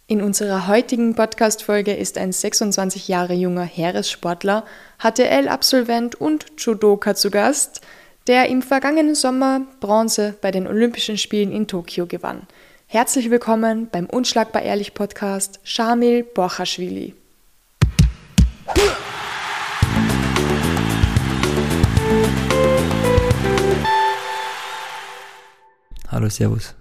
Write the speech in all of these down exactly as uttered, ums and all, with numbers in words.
In unserer heutigen Podcast-Folge ist ein sechsundzwanzig Jahre junger Heeressportler, H T L-Absolvent und Judoka zu Gast, der im vergangenen Sommer Bronze bei den Olympischen Spielen in Tokio gewann. Herzlich willkommen beim Unschlagbar Ehrlich Podcast, Shamil Borchashvili. Hallo, servus.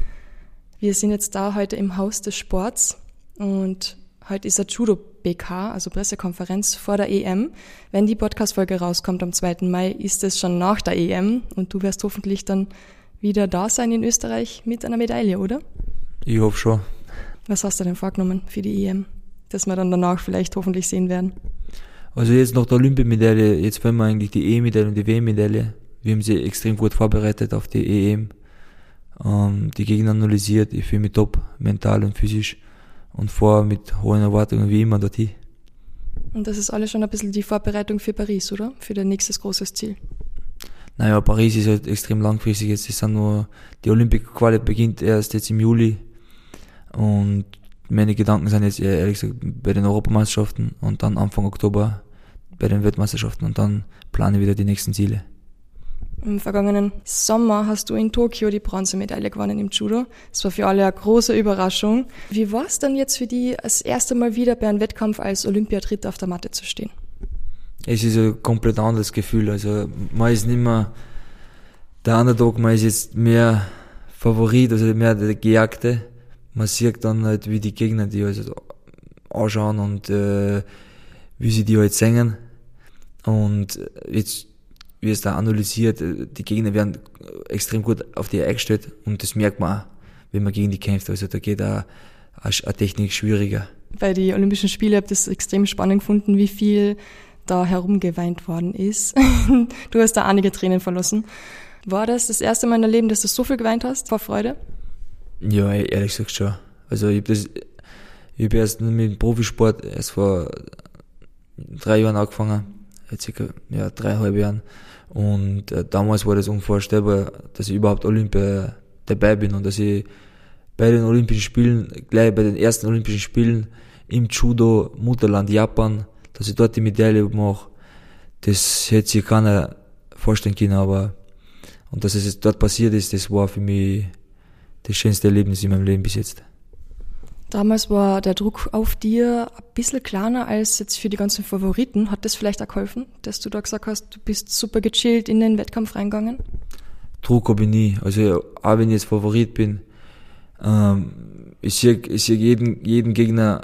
Wir sind jetzt da heute im Haus des Sports und heute ist eine Judo-B K, also Pressekonferenz vor der E M. Wenn die Podcast-Folge rauskommt am zweiten Mai, ist es schon nach der E M und du wirst hoffentlich dann wieder da sein in Österreich mit einer Medaille, oder? Ich hoffe schon. Was hast du denn vorgenommen für die E M, dass wir dann danach vielleicht hoffentlich sehen werden? Also jetzt nach der Olympiamedaille, jetzt wollen wir eigentlich die E M-Medaille und die W M-Medaille. Wir haben sie extrem gut vorbereitet auf die E M. Ähm, die Gegner analysiert, ich fühle mich top, mental und physisch und vor mit hohen Erwartungen wie immer dorthin. Und das ist alles schon ein bisschen die Vorbereitung für Paris, oder? Für dein nächstes großes Ziel? Naja, Paris ist halt extrem langfristig jetzt. Es sind nur, die Olympia-Quali beginnt erst jetzt im Juli und meine Gedanken sind jetzt eher, ehrlich gesagt, bei den Europameisterschaften und dann Anfang Oktober bei den Weltmeisterschaften und dann plane ich wieder die nächsten Ziele. Im vergangenen Sommer hast du in Tokio die Bronzemedaille gewonnen im Judo. Das war für alle eine große Überraschung. Wie war es dann jetzt für dich, das erste Mal wieder bei einem Wettkampf als Olympiatritt auf der Matte zu stehen? Es ist ein komplett anderes Gefühl. Also man ist nicht mehr der Underdog, man ist jetzt mehr Favorit, also mehr der Gejagte. Man sieht dann halt, wie die Gegner die also anschauen und äh, wie sie die halt singen. Und jetzt wie es da analysiert, die Gegner werden extrem gut auf die eingestellt und das merkt man auch, wenn man gegen die kämpft. Also da geht auch eine Technik schwieriger. Bei den Olympischen Spielen habe ich das extrem spannend gefunden, wie viel da herumgeweint worden ist. Du hast da einige Tränen verlassen. War das das erste Mal in deinem Leben, dass du so viel geweint hast vor Freude? Ja, ehrlich gesagt schon. Also ich habe das, ich habe erst mit dem Profisport erst vor drei Jahren angefangen, circa ja, dreieinhalb Jahren. Und äh, damals war das unvorstellbar, dass ich überhaupt Olympia dabei bin und dass ich bei den Olympischen Spielen, gleich bei den ersten Olympischen Spielen im Judo, Mutterland Japan, dass ich dort die Medaille mache, das hätte sich keiner vorstellen können, aber und dass es jetzt dort passiert ist, das war für mich das schönste Erlebnis in meinem Leben bis jetzt. Damals war der Druck auf dir ein bisschen kleiner als jetzt für die ganzen Favoriten. Hat das vielleicht auch geholfen, dass du da gesagt hast, du bist super gechillt in den Wettkampf reingegangen? Druck habe ich nie. Also auch wenn ich jetzt Favorit bin, ähm, ich sehe ich sehe jeden, jeden Gegner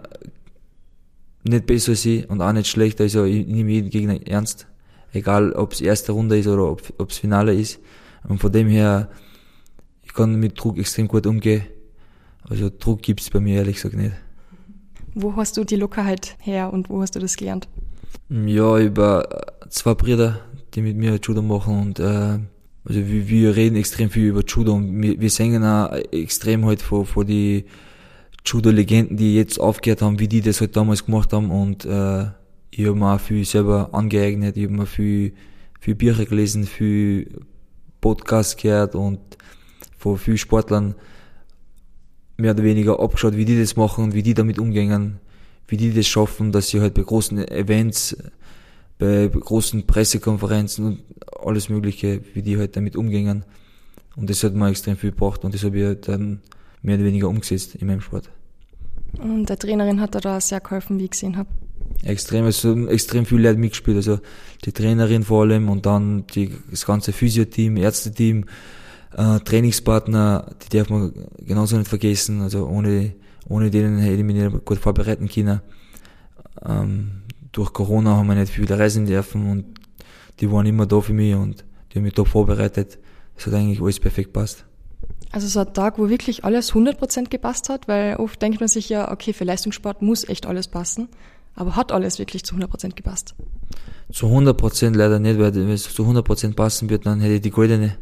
nicht besser als ich und auch nicht schlechter. Also ich nehme jeden Gegner ernst. Egal ob es erste Runde ist oder ob es Finale ist. Und von dem her, ich kann mit Druck extrem gut umgehen. Also Druck gibt's bei mir ehrlich gesagt nicht. Wo hast du die Lockerheit her und wo hast du das gelernt? Ja, über zwei Brüder, die mit mir Judo machen und äh, also wir, wir reden extrem viel über Judo und wir, wir singen auch extrem halt vor, vor die Judo-Legenden, die jetzt aufgehört haben, wie die das halt damals gemacht haben und äh, ich habe mir auch viel selber angeeignet, ich habe mir viel, viel Bücher gelesen, viel Podcasts gehört und von vielen Sportlern mehr oder weniger abgeschaut, wie die das machen, wie die damit umgehen, wie die das schaffen, dass sie halt bei großen Events, bei großen Pressekonferenzen und alles Mögliche, wie die halt damit umgehen. Und das hat mir extrem viel gebracht und das habe ich halt dann mehr oder weniger umgesetzt in meinem Sport. Und der Trainerin hat da sehr geholfen, wie ich gesehen habe. Extrem, also extrem viel Leute mitgespielt, also die Trainerin vor allem und dann die, das ganze Physio-Team, Ärzte-Team, Äh, Trainingspartner, die darf man genauso nicht vergessen, also ohne, ohne denen hätte ich mich nicht gut vorbereiten können. Ähm, durch Corona haben wir nicht viel reisen dürfen und die waren immer da für mich und die haben mich top vorbereitet. Es hat eigentlich alles perfekt gepasst. Also so ein Tag, wo wirklich alles hundert Prozent gepasst hat, weil oft denkt man sich ja, okay, für Leistungssport muss echt alles passen, aber hat alles wirklich zu hundert Prozent gepasst? Zu hundert Prozent leider nicht, weil wenn es zu hundert Prozent passen wird, dann hätte ich die goldene.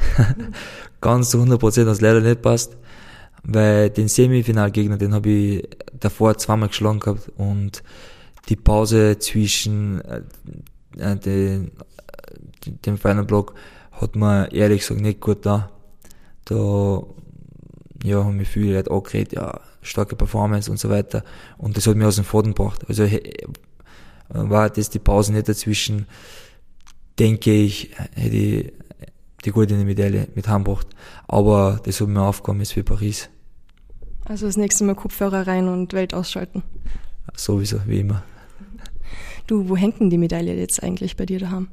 Ganz zu hundert Prozent hat es leider nicht passt, weil den Semifinalgegner, den habe ich davor zweimal geschlagen gehabt und die Pause zwischen äh, den, dem Final Block hat mir ehrlich gesagt nicht gut da. Da ja, haben mich viele Leute angeredet, ja, starke Performance und so weiter. Und das hat mich aus dem Faden gebracht. Also war das die Pause nicht dazwischen, denke ich, hätte ich die goldene Medaille mit heimgebracht. Aber das hat mir aufgekommen, ist wie Paris. Also das nächste Mal Kopfhörer rein und Welt ausschalten. Sowieso, wie immer. Du, wo hängt denn die Medaille jetzt eigentlich bei dir daheim?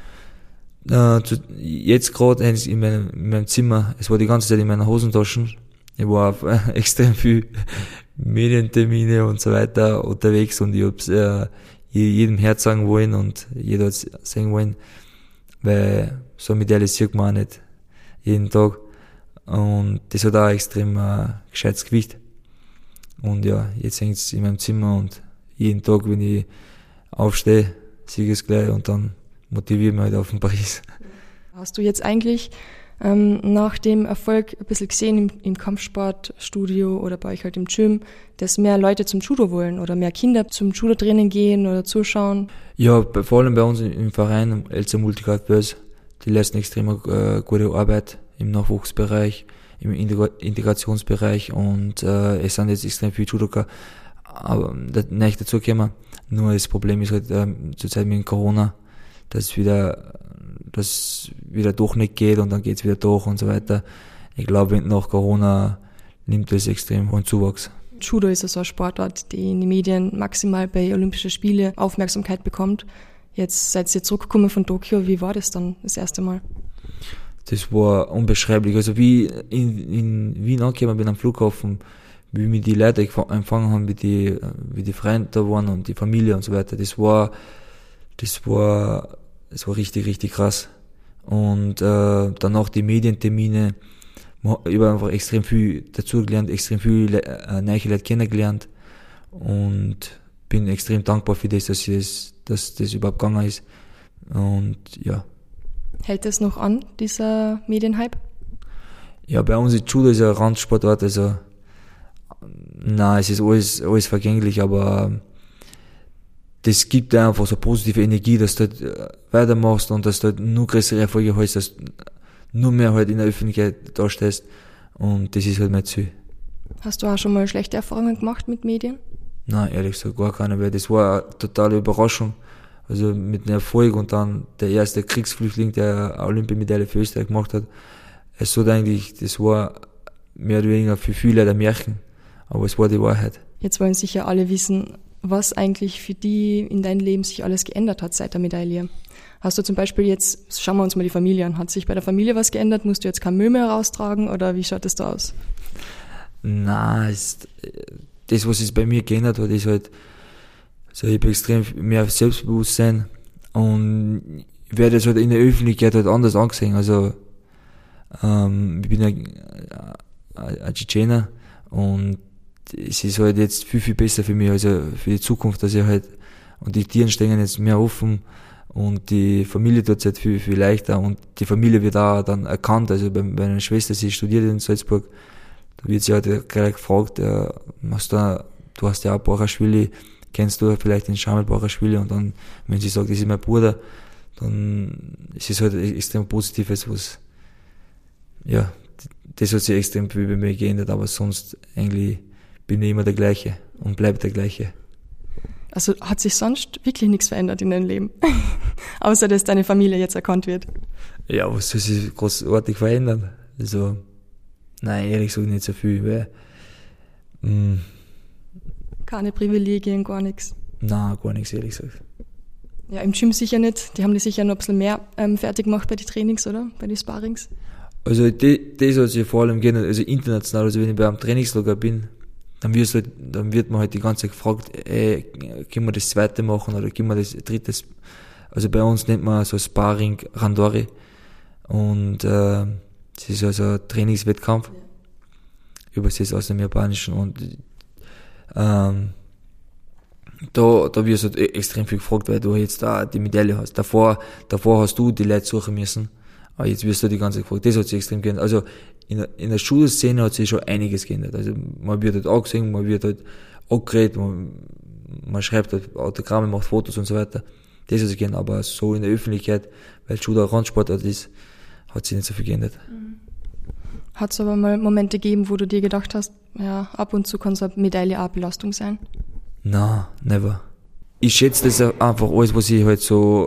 Äh, zu, jetzt gerade in meinem, in meinem Zimmer. Es war die ganze Zeit in meiner Hosentaschen. Ich war auf äh, extrem viel Medientermine und so weiter unterwegs und ich hab's äh, jedem Herz sagen wollen und jeder hat's sehen wollen, weil so eine Medaille sieht man auch nicht jeden Tag und das hat auch extrem äh, gescheites Gewicht. Und ja, jetzt hängt's in meinem Zimmer und jeden Tag, wenn ich aufstehe, sehe ich es gleich und dann motiviere ich mich halt auf den Paris. Hast du jetzt eigentlich ähm, nach dem Erfolg ein bisschen gesehen im, im Kampfsportstudio oder bei euch halt im Gym, dass mehr Leute zum Judo wollen oder mehr Kinder zum Judo-Training gehen oder zuschauen? Ja, vor allem bei uns im Verein, L C Multicard Börs, die leisten extrem äh, gute Arbeit im Nachwuchsbereich, im Integrationsbereich und äh, es sind jetzt extrem viele Judoka, aber nicht dazu gekommen. Nur das Problem ist halt ähm, zurzeit mit Corona, dass wieder, dass wieder doch nicht geht und dann geht's wieder doch und so weiter. Ich glaube, nach Corona nimmt das extrem hohen Zuwachs. Judo ist ja so ein Sportart, die in den Medien maximal bei Olympischen Spielen Aufmerksamkeit bekommt. Jetzt seid ihr zurückgekommen von Tokio. Wie war das dann das erste Mal? Das war unbeschreiblich. Also wie in, in Wien angekommen bin am Flughafen, wie mir die Leute empfangen haben, wie die, wie die Freunde da waren und die Familie und so weiter. Das war, das war, das war richtig, richtig krass. Und äh, danach die Medientermine. Ich habe einfach extrem viel dazugelernt, extrem viel äh, neue Leute kennengelernt und bin extrem dankbar für das, dass das, dass das überhaupt gegangen ist. Und ja. Hält das noch an, dieser Medienhype? Ja, bei uns ist Judo ist ein Randsportart, also nein, es ist alles, alles vergänglich, aber das gibt dir einfach so positive Energie, dass du halt weitermachst und dass du halt nur größere Erfolge hast, dass du nur mehr halt in der Öffentlichkeit dastehst und das ist halt mein Ziel. Hast du auch schon mal schlechte Erfahrungen gemacht mit Medien? Nein, ehrlich gesagt gar keine, weil das war eine totale Überraschung. Also mit einem Erfolg und dann der erste Kriegsflüchtling, der eine Olympiamedaille für Österreich gemacht hat. Es hat eigentlich, das war mehr oder weniger für viele ein Märchen, aber es war die Wahrheit. Jetzt wollen sicher alle wissen, was eigentlich für die in deinem Leben sich alles geändert hat seit der Medaille. Hast du zum Beispiel jetzt, schauen wir uns mal die Familie an, hat sich bei der Familie was geändert? Musst du jetzt kein Müll mehr raustragen oder wie schaut das da aus? Nein, ist, das, was es bei mir geändert hat, ist halt, also ich habe extrem mehr Selbstbewusstsein und ich werde jetzt halt in der Öffentlichkeit halt anders angesehen. Also ähm, ich bin ein, ein Tschetschener und es ist halt jetzt viel, viel besser für mich, also für die Zukunft, dass ich halt, und die Tieren stehen jetzt mehr offen und die Familie tut es halt viel, viel leichter und die Familie wird auch dann erkannt, also bei, bei meiner Schwester, sie studiert in Salzburg, da wird sie halt gleich gefragt, äh, hast du, du hast ja auch Baraschwili, kennst du vielleicht den Shamil Baraschwili und dann, wenn sie sagt, das ist mein Bruder, dann ist es halt extrem Positives, was, ja, das hat sich extrem viel bei mir geändert, aber sonst eigentlich bin ich immer der Gleiche und bleib der Gleiche. Also hat sich sonst wirklich nichts verändert in deinem Leben? Außer, dass deine Familie jetzt erkannt wird? Ja, was soll sich großartig verändern? Also, nein, ehrlich gesagt nicht so viel, weil, mh, keine Privilegien, gar nichts? Nein, gar nichts, ehrlich gesagt. Ja, im Gym sicher nicht. Die haben die sicher noch ein bisschen mehr ähm, fertig gemacht bei den Trainings, oder? Bei den Sparrings? Also, die, das hat sich vor allem geändert, also international, also wenn ich bei einem Trainingslager bin, dann wirst halt, dann wird man halt die ganze Zeit gefragt, ey, können wir das zweite machen oder können wir das dritte, also bei uns nennt man so Sparring Randori und, äh, das ist also ein Trainingswettkampf, ja. Übersetzt aus dem Japanischen und, ähm, da, da wirst du halt extrem viel gefragt, weil du jetzt da die Medaille hast. Davor, davor hast du die Leute suchen müssen, aber jetzt wirst du die ganze Zeit gefragt. Das hat sich extrem geändert. Also, in der, in der Schulszene hat sich schon einiges geändert. Also, man wird halt angesehen, man wird halt angeredet, man, man schreibt halt Autogramme, macht Fotos und so weiter. Das hat sich geändert, aber so in der Öffentlichkeit, weil Judo ein Randsportart ist, hat sich nicht so viel geändert. Hat es aber mal Momente gegeben, wo du dir gedacht hast, ja, ab und zu kann so eine Medaille auch Belastung sein? Nein, never. Ich schätze das einfach alles, was ich halt so,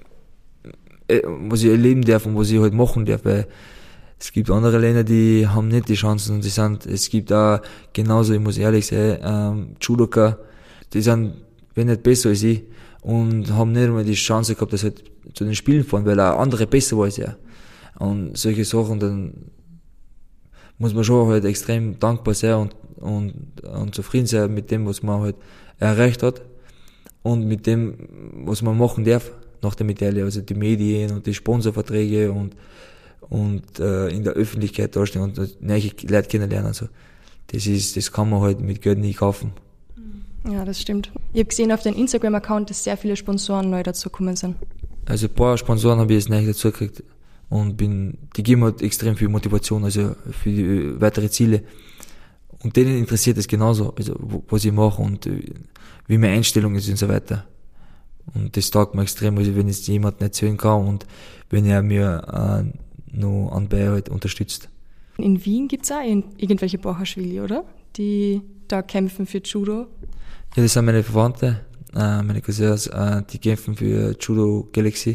äh, was ich erleben darf und was ich halt machen darf, weil es gibt andere Länder, die haben nicht die Chancen und die sind, es gibt auch genauso, ich muss ehrlich sein, ähm, Judoka, die sind, wenn nicht besser als ich und haben nicht einmal die Chance gehabt, dass halt zu den Spielen fahren, weil auch andere besser war als er. Und solche Sachen, dann muss man schon halt extrem dankbar sein und, und, und zufrieden sein mit dem, was man halt erreicht hat und mit dem, was man machen darf nach der Medaille, also die Medien und die Sponsorverträge und und äh, in der Öffentlichkeit dastehen und neue Leute kennenlernen. Also das ist, das kann man halt mit Geld nie kaufen. Ja, das stimmt. Ich habe gesehen auf deinem Instagram-Account, dass sehr viele Sponsoren neu dazugekommen sind. Also ein paar Sponsoren habe ich jetzt neu dazu gekriegt und bin, die geben halt extrem viel Motivation, also für die weitere Ziele. Und denen interessiert es genauso, also was ich mache und wie meine Einstellung ist und so weiter. Und das taugt mir extrem, also wenn es jemand nicht sehen kann und wenn er mir äh, noch anbei halt unterstützt. In Wien gibt's auch irgendwelche Bochaschwili, oder? Die da kämpfen für Judo. Ja, das sind meine Verwandte, äh, meine Cousins, äh, die kämpfen für Judo Galaxy.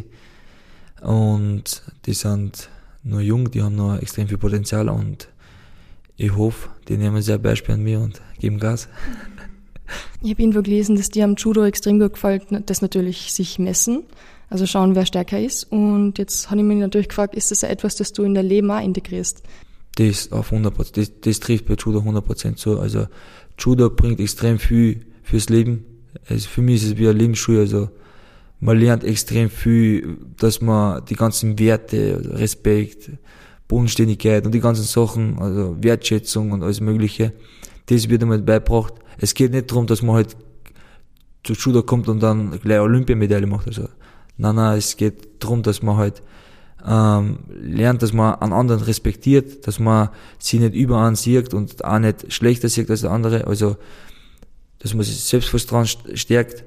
Und die sind noch jung, die haben noch extrem viel Potenzial und ich hoffe, die nehmen sich ein Beispiel an mir und geben Gas. Ich habe irgendwo gelesen, dass dir am Judo extrem gut gefällt, das natürlich sich messen, also schauen, wer stärker ist. Und jetzt habe ich mich natürlich gefragt, ist das ja etwas, das du in dein Leben auch integrierst? Das auf hundert Prozent, das, das trifft bei Judo hundert Prozent zu. Also Judo bringt extrem viel fürs Leben. Also für mich ist es wie eine Lebensschule, also man lernt extrem viel, dass man die ganzen Werte, also Respekt, Bodenständigkeit und die ganzen Sachen, also Wertschätzung und alles Mögliche, das wird einmal beigebracht. Es geht nicht darum, dass man halt zu Judo kommt und dann gleich Olympiamedaille macht. Also, nein, nein, es geht darum, dass man halt ähm, lernt, dass man einen anderen respektiert, dass man sich nicht über einen sieht und auch nicht schlechter sieht als der andere. Also, dass man sich Selbstvertrauen stärkt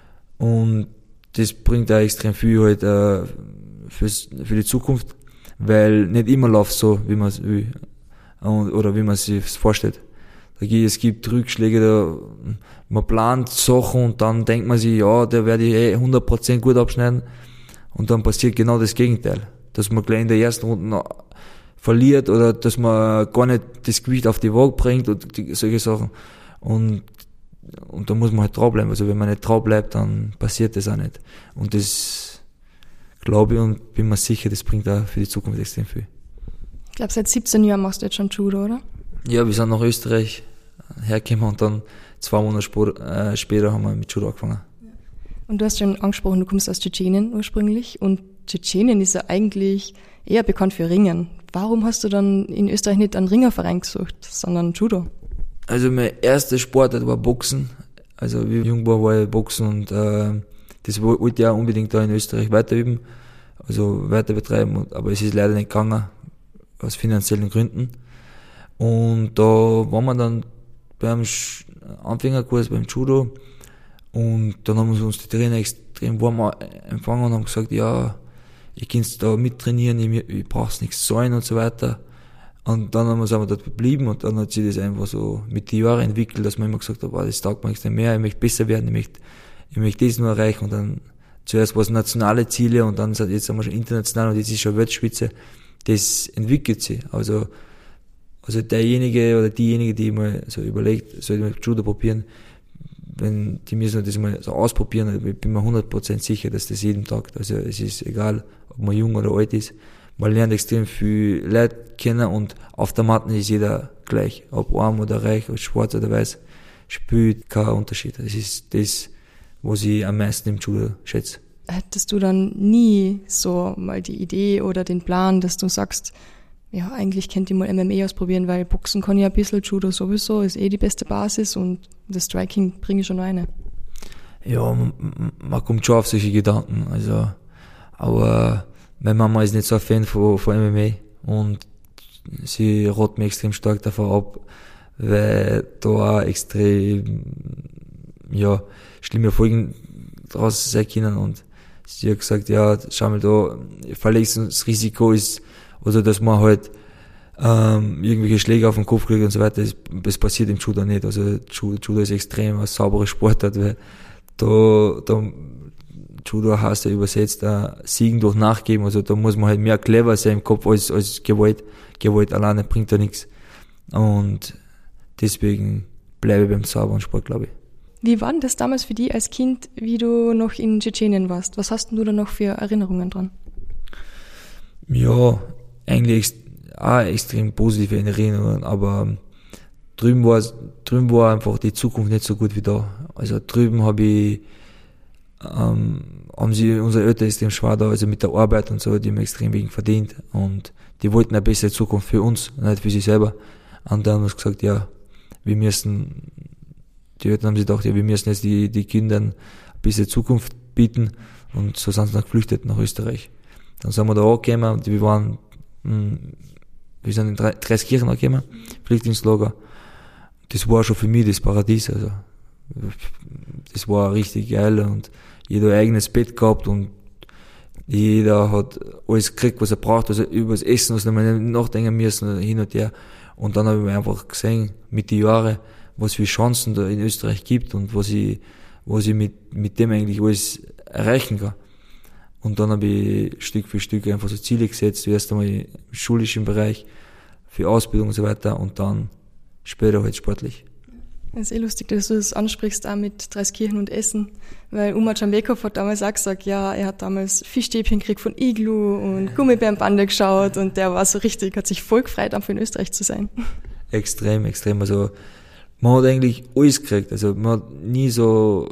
und das bringt auch extrem viel halt äh, fürs, für die Zukunft, weil nicht immer läuft so, wie man es will und, oder wie man sich vorstellt. Es gibt Rückschläge, da, man plant Sachen und dann denkt man sich, ja, da werde ich eh hundert Prozent gut abschneiden und dann passiert genau das Gegenteil. Dass man gleich in der ersten Runde verliert oder dass man gar nicht das Gewicht auf die Waage bringt und die, solche Sachen. Und, und da muss man halt dranbleiben. Also wenn man nicht dran bleibt, dann passiert das auch nicht. Und das glaube ich und bin mir sicher, das bringt auch für die Zukunft extrem viel. Ich glaube, seit siebzehn Jahren machst du jetzt schon Judo, oder? Ja, wir sind nach Österreich hergekommen und dann zwei Monate sp- äh, später haben wir mit Judo angefangen. Und du hast schon angesprochen, du kommst aus Tschetschenien ursprünglich und Tschetschenien ist ja eigentlich eher bekannt für Ringen. Warum hast du dann in Österreich nicht einen Ringerverein gesucht, sondern Judo? Also mein erster Sportart war Boxen. Also wie ich jung war, war ich Boxen und äh, das wollte ich auch unbedingt da in Österreich weiterüben, also weiter betreiben, aber es ist leider nicht gegangen, aus finanziellen Gründen. Und da waren wir dann beim Anfängerkurs beim Judo und dann haben uns die Trainer extrem warm empfangen und haben gesagt, ja, ich kann's da mittrainieren, ich, ich brauch's nichts zahlen und so weiter. Und dann haben wir, sind wir dort geblieben und dann hat sich das einfach so mit den Jahren entwickelt, dass man immer gesagt hat, wow, das taugt mir extrem mehr, ich möchte besser werden, ich möchte, ich möchte das nur erreichen und dann zuerst war es nationale Ziele und dann jetzt sind wir schon international und jetzt ist schon Weltspitze. Das entwickelt sich. Also, also derjenige oder diejenige, die mal so überlegt, soll ich mal Judo probieren, wenn die müssen das mal so ausprobieren, ich bin mir hundert Prozent sicher, dass das jedem taugt. Also es ist egal, ob man jung oder alt ist, man lernt extrem viel Leute kennen und auf der Matte ist jeder gleich, ob arm oder reich, ob schwarz oder weiß, spielt kein Unterschied. Das ist das, was ich am meisten im Judo schätze. Hättest du dann nie so mal die Idee oder den Plan, dass du sagst, ja, eigentlich könnt ihr mal M M A ausprobieren, weil Boxen kann ja ein bisschen, Judo sowieso, ist eh die beste Basis und das Striking bringe ich schon rein. Ja, man, man kommt schon auf solche Gedanken, also, aber meine Mama ist nicht so ein Fan von, von M M A und sie rät mich extrem stark davon ab, weil da auch extrem, ja, schlimme Folgen draus sein können und sie hat gesagt, ja, schau mal da, Verletzungsrisiko ist, oder dass man halt ähm, irgendwelche Schläge auf den Kopf kriege und so weiter. Das, das passiert im Judo nicht. Also Judo, Judo ist extrem ein sauberer Sportart, weil da, da Judo heißt ja übersetzt uh, Siegen durch Nachgeben. Also da muss man halt mehr clever sein im Kopf als, als Gewalt. Gewalt alleine bringt da nichts. Und deswegen bleibe ich beim sauberen Sport, glaube ich. Wie war denn das damals für dich als Kind, wie du noch in Tschetschenien warst? Was hast denn du da noch für Erinnerungen dran? Ja, eigentlich auch extrem positive Erinnerungen, aber drüben war drüben war einfach die Zukunft nicht so gut wie da. Also drüben habe ich, ähm, haben sie unsere Eltern extrem schwer da, also mit der Arbeit und so, die haben extrem wenig verdient und die wollten eine bessere Zukunft für uns, nicht für sich selber. Und dann haben sie gesagt, ja, wir müssen, die Eltern haben sich gedacht, ja, wir müssen jetzt die, die Kindern ein bisschen Zukunft bieten und so sind sie dann geflüchtet nach Österreich. Dann sind wir da angekommen und wir waren, mh, wir sind in Dreiskirchen angekommen, Flüchtlingslager. Das war schon für mich das Paradies, also. Das war richtig geil und jeder ein eigenes Bett gehabt und jeder hat alles gekriegt, was er braucht, also über das Essen, was wir nicht nachdenken müssen, hin und her. Und dann habe ich mir einfach gesehen, mit den Jahren, was für Chancen da in Österreich gibt und was ich, was ich mit, mit dem eigentlich alles erreichen kann. Und dann habe ich Stück für Stück einfach so Ziele gesetzt, zuerst einmal im schulischen Bereich, für Ausbildung und so weiter und dann später halt sportlich. Es ist eh lustig, dass du das ansprichst, auch mit Dreiskirchen und Essen, weil Umar Jambekov hat damals auch gesagt, ja, er hat damals Fischstäbchen gekriegt von Iglu und Gummibärenbande geschaut und der war so richtig, hat sich voll gefreut, einfach in Österreich zu sein. Extrem, extrem, also man hat eigentlich alles gekriegt, also man hat nie so,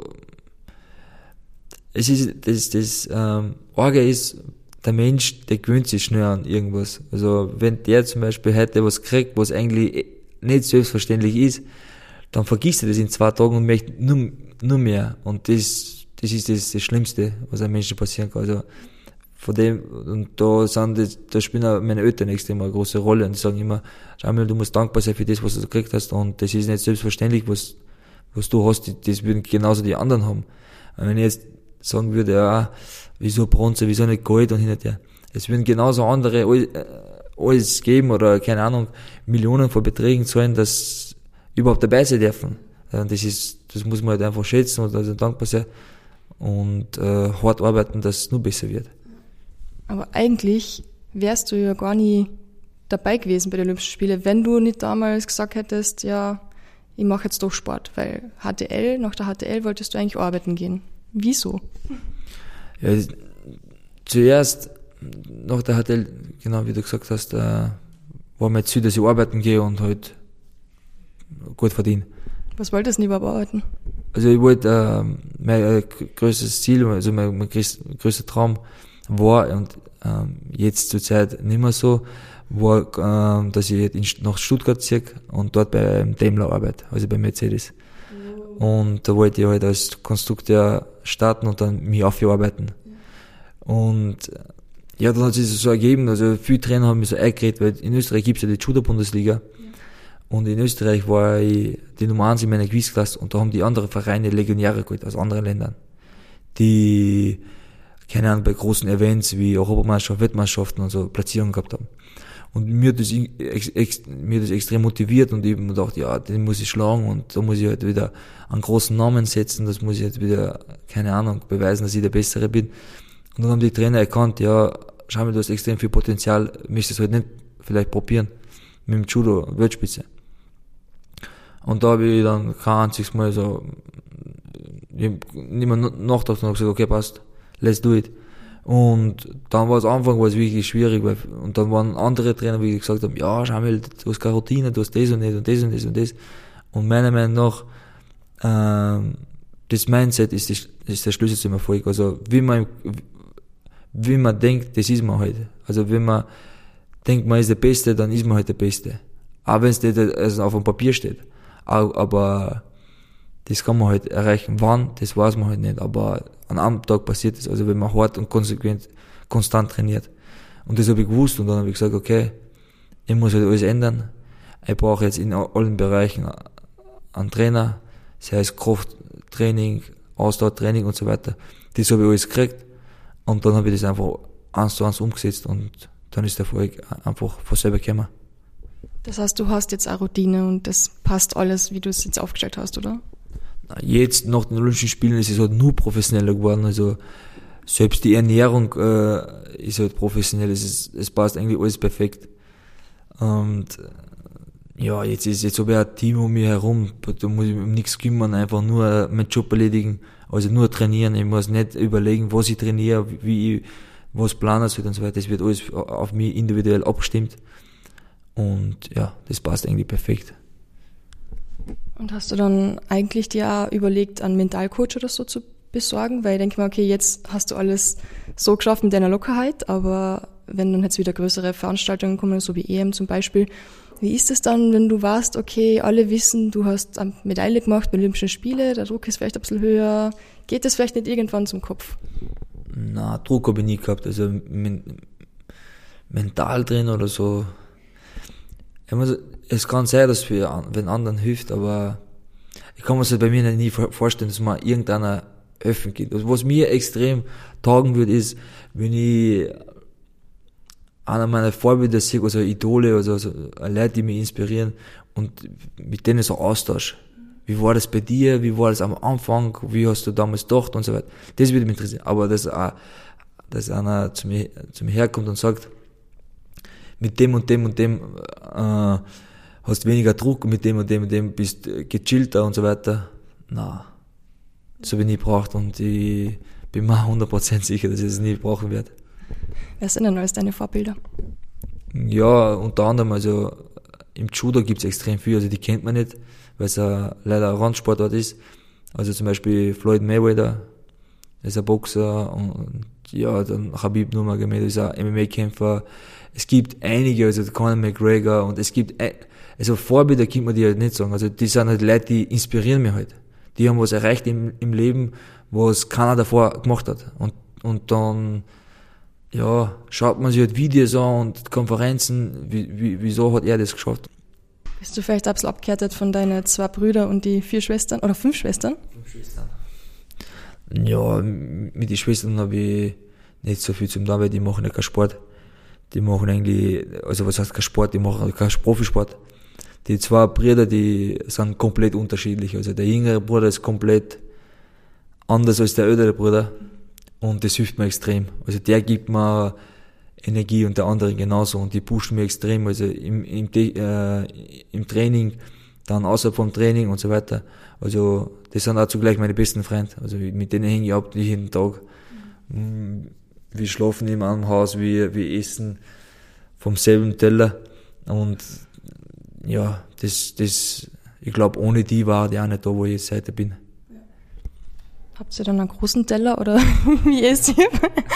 es ist, das, das, ähm, Orge ist, der Mensch, der gewöhnt sich schnell an irgendwas, also wenn der zum Beispiel heute was kriegt, was eigentlich nicht selbstverständlich ist, dann vergisst er das in zwei Tagen und möchte nur, nur mehr. Und das, das ist das, das Schlimmste, was einem Menschen passieren kann. Also, von dem, und da sind, das, da spielen auch meine Eltern extrem eine große Rolle und die sagen immer, schau mal, du musst dankbar sein für das, was du gekriegt hast und das ist nicht selbstverständlich, was, was du hast, das würden genauso die anderen haben. Und wenn ich jetzt sagen würde, ja, wieso Bronze, wieso nicht Gold und hin und her. Es würden genauso andere alles, alles geben oder, keine Ahnung, Millionen von Beträgen zahlen, dass überhaupt dabei sein dürfen. Das ist, das muss man halt einfach schätzen und also dankbar sein und äh, hart arbeiten, dass es nur besser wird. Aber eigentlich wärst du ja gar nie dabei gewesen bei den Olympischen Spielen, wenn du nicht damals gesagt hättest, ja, ich mache jetzt doch Sport, weil H T L, nach der H T L wolltest du eigentlich arbeiten gehen. Wieso? Ja, zuerst nach der H T L, genau wie du gesagt hast, äh, war mein Ziel, dass ich arbeiten gehe und halt gut verdienen. Was wolltest du denn überhaupt arbeiten? Also ich wollte, äh, mein äh, größtes Ziel, also mein, mein größter Traum war, und ähm, jetzt zur Zeit nicht mehr so, war, ähm, dass ich in, nach Stuttgart ziehe und dort beim Daimler arbeite, also bei Mercedes. Oh. Und da wollte ich halt als Konstrukteur starten und dann mich aufarbeiten. Und ja, dann hat sich das so ergeben, also viele Trainer haben mich so eingeredet, weil in Österreich gibt's ja die Judo-Bundesliga. Und in Österreich war ich die Nummer eins in meiner Gewichtsklasse und da haben die anderen Vereine Legionäre geholt aus anderen Ländern, die, keine Ahnung, bei großen Events wie Europameisterschaften, Weltmeisterschaften und so Platzierungen gehabt haben. Und mir hat das, ex, ex, mir hat das extrem motiviert und ich hab mir gedacht, ja, den muss ich schlagen und da muss ich halt wieder einen großen Namen setzen, das muss ich halt wieder, keine Ahnung, beweisen, dass ich der Bessere bin. Und dann haben die Trainer erkannt, ja, schau mal, du hast extrem viel Potenzial, möchtest du halt nicht vielleicht probieren mit dem Judo, Weltspitze. Und da habe ich dann kein einziges Mal so, ich hab nicht mehr nachgedacht und habe gesagt, okay, passt, let's do it. Und dann war es am Anfang war es wirklich schwierig, weil, und dann waren andere Trainer, die gesagt haben, ja, schau mal, du hast keine Routine, du hast das und das und das und das und das. Und meiner Meinung nach, ähm, das Mindset ist, die, ist der Schlüssel zum Erfolg. Also, wie man, wie man denkt, das ist man halt. Also, wenn man denkt, man ist der Beste, dann ist man halt der Beste. Auch wenn es nicht also auf dem Papier steht. Aber das kann man halt erreichen. Wann, das weiß man halt nicht. Aber an einem Tag passiert das. Also wenn man hart und konsequent, konstant trainiert. Und das habe ich gewusst. Und dann habe ich gesagt, okay, ich muss halt alles ändern. Ich brauche jetzt in allen Bereichen einen Trainer. Sei es Krafttraining, Ausdauertraining und so weiter. Das habe ich alles gekriegt. Und dann habe ich das einfach eins zu eins umgesetzt. Und dann ist der Erfolg einfach von selber gekommen. Das heißt, du hast jetzt eine Routine und das passt alles, wie du es jetzt aufgestellt hast, oder? Jetzt, nach den Olympischen Spielen, ist es halt nur professioneller geworden, also selbst die Ernährung äh, ist halt professionell, es, ist, es passt eigentlich alles perfekt. Und ja, jetzt ist jetzt habe ich ein Team um mich herum, da muss ich mich um nichts kümmern, einfach nur meinen Job erledigen, also nur trainieren, ich muss nicht überlegen, was ich trainiere, wie ich was planen soll und so weiter, das wird alles auf mich individuell abgestimmt und ja, das passt eigentlich perfekt. Und hast du dann eigentlich dir auch überlegt, einen Mentalcoach oder so zu besorgen? Weil ich denke mal, okay, jetzt hast du alles so geschafft mit deiner Lockerheit, aber wenn dann jetzt wieder größere Veranstaltungen kommen, so wie E M zum Beispiel, wie ist es dann, wenn du weißt, okay, alle wissen, du hast eine Medaille gemacht bei Olympischen Spielen, der Druck ist vielleicht ein bisschen höher, geht das vielleicht nicht irgendwann zum Kopf? Na, Druck habe ich nie gehabt, also men- mental drin oder so. Ich muss, es kann sein, dass es für wenn anderen hilft, aber ich kann mir das bei mir nie vorstellen, dass man irgendeiner helfen geht. Also was mir extrem taugen würde, ist, wenn ich einer meiner Vorbilder sehe, also Idole, also, also Leute, die mich inspirieren und mit denen so Austausch. Wie war das bei dir? Wie war das am Anfang? Wie hast du damals gedacht? Und so weiter. Das würde mich interessieren. Aber dass, auch, dass einer zu mir, zu mir herkommt und sagt, mit dem und dem und dem äh, hast weniger Druck, mit dem und dem und dem bist gechillter und so weiter. Na, so wie ich braucht und ich bin mir hundert Prozent sicher, dass ich das nie brauchen werde. Wer sind denn alles deine Vorbilder? Ja, unter anderem, also im Judo gibt's extrem viel, also die kennt man nicht, weil es ja leider ein Randsportart ist. Also zum Beispiel Floyd Mayweather, er ist ein Boxer und ja, dann Khabib Nurmagomedov ist ein M M A-Kämpfer. Es gibt einige, also Conor McGregor und es gibt, also Vorbilder kann man die halt nicht sagen, also die sind halt Leute, die inspirieren mich halt. Die haben was erreicht im, im Leben, was keiner davor gemacht hat. Und, und dann, ja, schaut man sich halt Videos an und Konferenzen, wie, wie, wieso hat er das geschafft? Bist du vielleicht ein bisschen abgehärtet von deinen zwei Brüdern und die vier Schwestern, oder fünf Schwestern? Fünf Schwestern. Ja, mit den Schwestern habe ich nicht so viel zum tun, weil die machen ja keinen Sport. Die machen eigentlich, also was heißt kein Sport, die machen keinen Profisport. Die zwei Brüder, die sind komplett unterschiedlich. Also der jüngere Bruder ist komplett anders als der ältere Bruder. Und das hilft mir extrem. Also der gibt mir Energie und der andere genauso. Und die pushen mich extrem. Also im, im, äh, im Training, dann außerhalb vom Training und so weiter. Also das sind auch zugleich meine besten Freunde. Also mit denen hänge ich ab jeden Tag. Mhm. Wir schlafen in einem Haus, wir, wir essen vom selben Teller. Und ja, das, das, ich glaube, ohne die war die auch nicht da, wo ich jetzt heute bin. Ja. Habt ihr dann einen großen Teller oder wie ist ihr?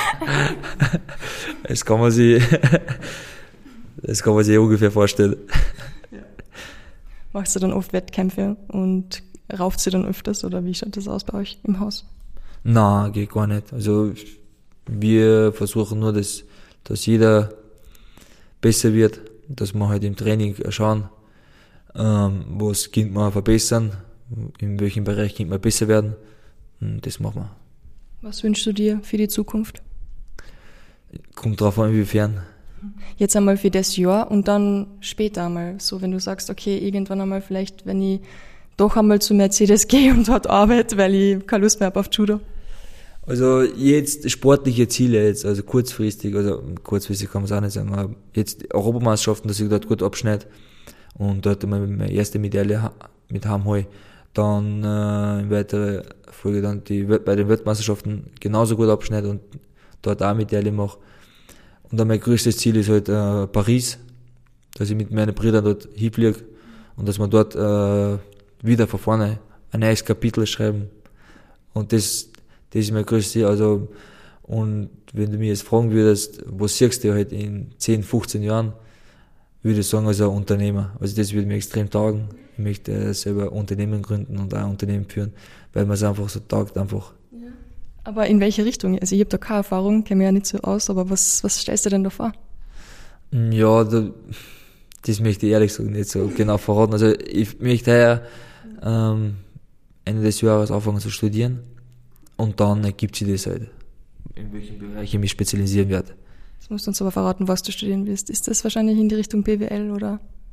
Das kann man sich, das kann man sich ungefähr vorstellen. Ja. Machst du dann oft Wettkämpfe und rauft sie dann öfters oder wie schaut das aus bei euch im Haus? Nein, geht gar nicht. Also, wir versuchen nur, dass, dass jeder besser wird, dass wir halt im Training schauen, ähm, was kann man verbessern, in welchem Bereich kann man besser werden, und das machen wir. Was wünschst du dir für die Zukunft? Kommt drauf an, inwiefern. Jetzt einmal für das Jahr und dann später einmal, so wenn du sagst, okay, irgendwann einmal vielleicht, wenn ich doch einmal zu Mercedes gehe und dort arbeite, weil ich keine Lust mehr habe auf Judo. Also jetzt sportliche Ziele jetzt, also kurzfristig, also kurzfristig kann man es auch nicht sagen, aber jetzt Europameisterschaften, dass ich dort gut abschneide und dort meine erste Medaille mit heimhole. Dann äh, in weiterer Folge dann die bei den Weltmeisterschaften genauso gut abschneide und dort auch Medaille mache. Und dann mein größtes Ziel ist halt äh, Paris, dass ich mit meinen Brüdern dort hinfliege und dass wir dort äh, wieder von vorne ein neues Kapitel schreiben. Und das Das ist mein größtes Ziel. Also, und wenn du mich jetzt fragen würdest, was siehst du halt in zehn, fünfzehn Jahren, würde ich sagen, als ein Unternehmer. Also das würde mir extrem taugen. Ich möchte selber ein Unternehmen gründen und auch ein Unternehmen führen, weil man es einfach so taugt, einfach. Ja. Aber in welche Richtung? Also ich habe da keine Erfahrung, kenne mich ja nicht so aus, aber was, was stellst du denn da vor? Ja, da, das möchte ich ehrlich gesagt nicht so genau verraten. Also ich möchte ja ähm, Ende des Jahres anfangen zu studieren. Und dann ergibt sich das halt, in welchem Bereich ich mich spezialisieren werde. Jetzt musst du uns aber verraten, was du studieren willst. Ist das wahrscheinlich in die Richtung B W L oder?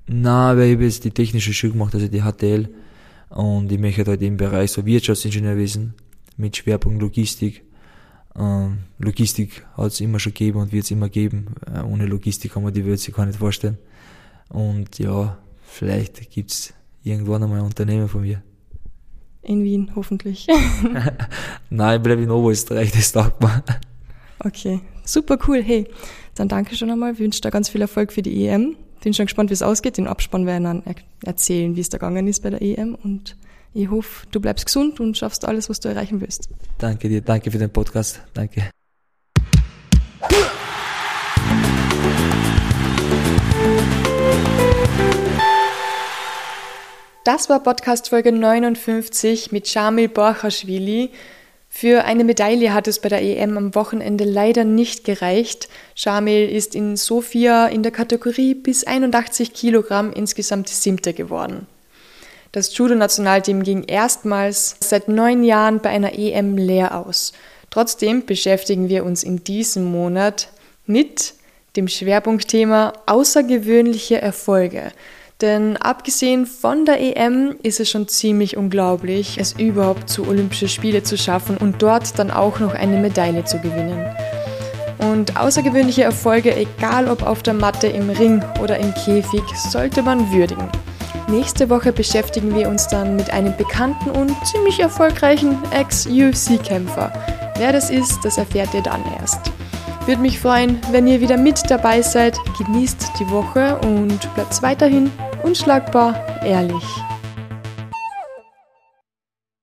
Nein, weil ich habe jetzt die technische Schule gemacht, also die H T L. Und ich möchte halt im Bereich so Wirtschaftsingenieurwesen mit Schwerpunkt Logistik. Ähm, Logistik hat es immer schon gegeben und wird es immer geben. Äh, ohne Logistik kann man die Welt sich gar nicht vorstellen. Und ja, vielleicht gibt es irgendwann einmal ein Unternehmen von mir. In Wien, hoffentlich. Nein, ich bleibe in Oberösterreich, das taugt mir. Okay, super cool. Hey, dann danke schon einmal. Ich wünsche dir ganz viel Erfolg für die E M. Bin schon gespannt, wie es ausgeht. Den Abspann werden dann er- erzählen, wie es da gegangen ist bei der E M. Und ich hoffe, du bleibst gesund und schaffst alles, was du erreichen willst. Danke dir, danke für den Podcast. Danke. Das war Podcast Folge neunundfünfzig mit Shamil Borchashvili. Für eine Medaille hat es bei der E M am Wochenende leider nicht gereicht. Shamil ist in Sofia in der Kategorie bis einundachtzig Kilogramm insgesamt Siebte geworden. Das Judo-Nationalteam ging erstmals seit neun Jahren bei einer E M leer aus. Trotzdem beschäftigen wir uns in diesem Monat mit dem Schwerpunktthema außergewöhnliche Erfolge. Denn abgesehen von der E M ist es schon ziemlich unglaublich, es überhaupt zu Olympischen Spielen zu schaffen und dort dann auch noch eine Medaille zu gewinnen. Und außergewöhnliche Erfolge, egal ob auf der Matte, im Ring oder im Käfig, sollte man würdigen. Nächste Woche beschäftigen wir uns dann mit einem bekannten und ziemlich erfolgreichen Ex-U F C-Kämpfer. Wer das ist, das erfährt ihr dann erst. Würde mich freuen, wenn ihr wieder mit dabei seid. Genießt die Woche und bleibt weiterhin unschlagbar ehrlich.